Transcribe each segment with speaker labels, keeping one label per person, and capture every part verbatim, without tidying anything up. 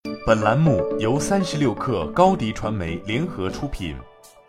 Speaker 1: 本栏目由三十六氪高迪传媒联合出品。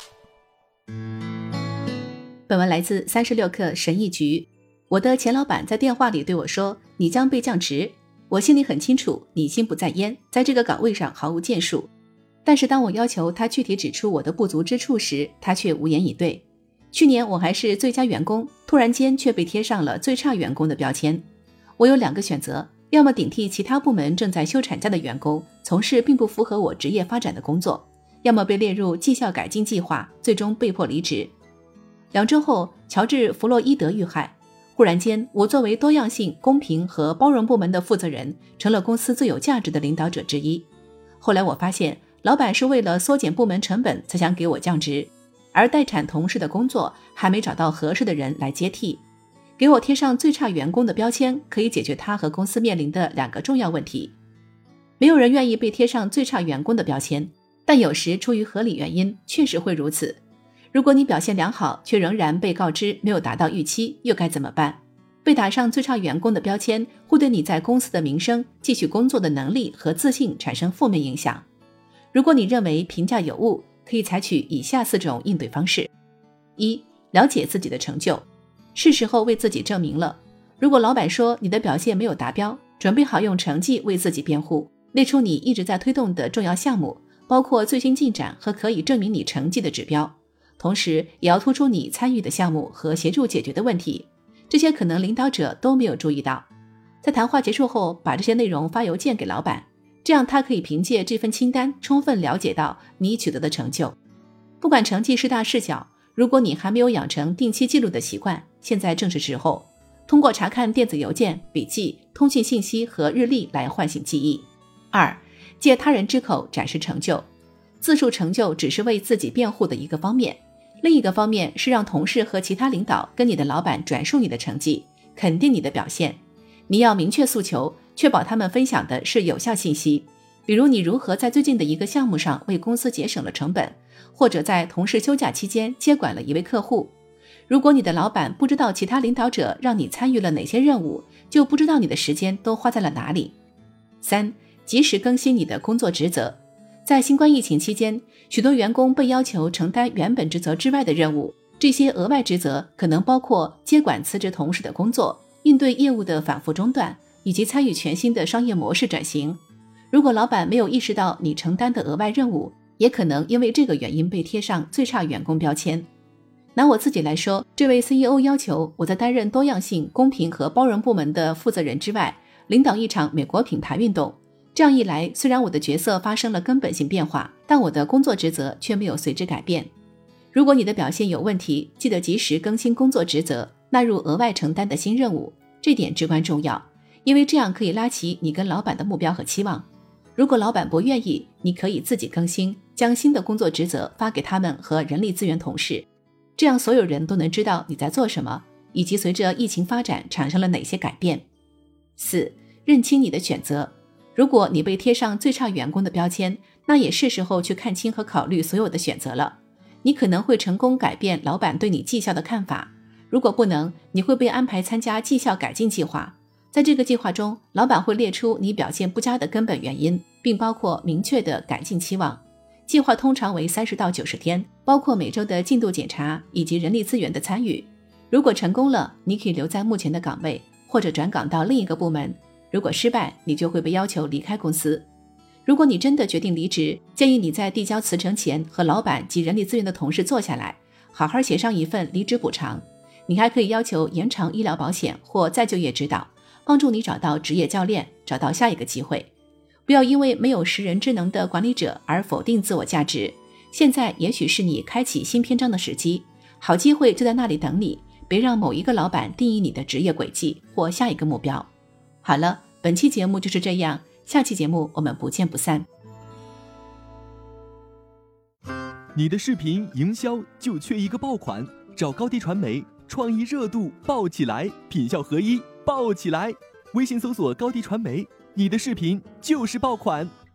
Speaker 2: 本文来自三十六氪神译局。我的前老板在电话里对我说，你将被降职。我心里很清楚，你心不在焉，在这个岗位上毫无建树。但是当我要求他具体指出我的不足之处时，他却无言以对。去年我还是最佳员工，突然间却被贴上了最差员工的标签。我有两个选择，要么顶替其他部门正在休产假的员工，从事并不符合我职业发展的工作，要么被列入绩效改进计划，最终被迫离职。两周后，乔治·弗洛伊德遇害。忽然间，我作为多样性、公平和包容部门的负责人，成了公司最有价值的领导者之一。后来我发现，老板是为了缩减部门成本才想给我降职，而待产同事的工作还没找到合适的人来接替。给我贴上最差员工的标签，可以解决他和公司面临的两个重要问题。没有人愿意被贴上最差员工的标签，但有时出于合理原因，确实会如此。如果你表现良好，却仍然被告知没有达到预期，又该怎么办？被打上最差员工的标签，会对你在公司的名声、继续工作的能力和自信产生负面影响。如果你认为评价有误，可以采取以下四种应对方式。一、了解自己的成就，是时候为自己证明了。如果老板说你的表现没有达标，准备好用成绩为自己辩护，列出你一直在推动的重要项目，包括最新进展和可以证明你成绩的指标。同时也要突出你参与的项目和协助解决的问题，这些可能领导者都没有注意到。在谈话结束后，把这些内容发邮件给老板，这样他可以凭借这份清单充分了解到你取得的成就。不管成绩是大是小，如果你还没有养成定期记录的习惯，现在正是时候，通过查看电子邮件、笔记、通讯信息和日历来唤醒记忆。二、借他人之口展示成就，自述成就只是为自己辩护的一个方面。另一个方面是让同事和其他领导跟你的老板转述你的成绩，肯定你的表现。你要明确诉求，确保他们分享的是有效信息，比如你如何在最近的一个项目上为公司节省了成本，或者在同事休假期间接管了一位客户。如果你的老板不知道其他领导者让你参与了哪些任务，就不知道你的时间都花在了哪里。三、及时更新你的工作职责。在新冠疫情期间，许多员工被要求承担原本职责之外的任务，这些额外职责可能包括接管辞职同事的工作，应对业务的反复中断，以及参与全新的商业模式转型。如果老板没有意识到你承担的额外任务，也可能因为这个原因被贴上最差员工标签。拿我自己来说，这位 C E O 要求我在担任多样性、公平和包容部门的负责人之外，领导一场美国品牌运动。这样一来，虽然我的角色发生了根本性变化，但我的工作职责却没有随之改变。如果你的表现有问题，记得及时更新工作职责，纳入额外承担的新任务，这点至关重要，因为这样可以拉齐你跟老板的目标和期望。如果老板不愿意，你可以自己更新，将新的工作职责发给他们和人力资源同事，这样所有人都能知道你在做什么，以及随着疫情发展产生了哪些改变。四、认清你的选择。如果你被贴上最差员工的标签，那也是时候去看清和考虑所有的选择了。你可能会成功改变老板对你绩效的看法，如果不能，你会被安排参加绩效改进计划。在这个计划中，老板会列出你表现不佳的根本原因，并包括明确的改进期望。计划通常为三十到九十天，包括每周的进度检查以及人力资源的参与。如果成功了，你可以留在目前的岗位，或者转岗到另一个部门。如果失败，你就会被要求离开公司。如果你真的决定离职，建议你在递交辞呈前和老板及人力资源的同事坐下来，好好协商一份离职补偿。你还可以要求延长医疗保险或再就业指导，帮助你找到职业教练，找到下一个机会。不要因为没有识人之能的管理者而否定自我价值。现在也许是你开启新篇章的时机，好机会就在那里等你，别让某一个老板定义你的职业轨迹或下一个目标。好了，本期节目就是这样，下期节目我们不见不散。
Speaker 3: 你的视频营销就缺一个爆款，找高迪传媒，创意热度爆起来，品效合一爆起来。微信搜索高迪传媒，你的视频就是爆款。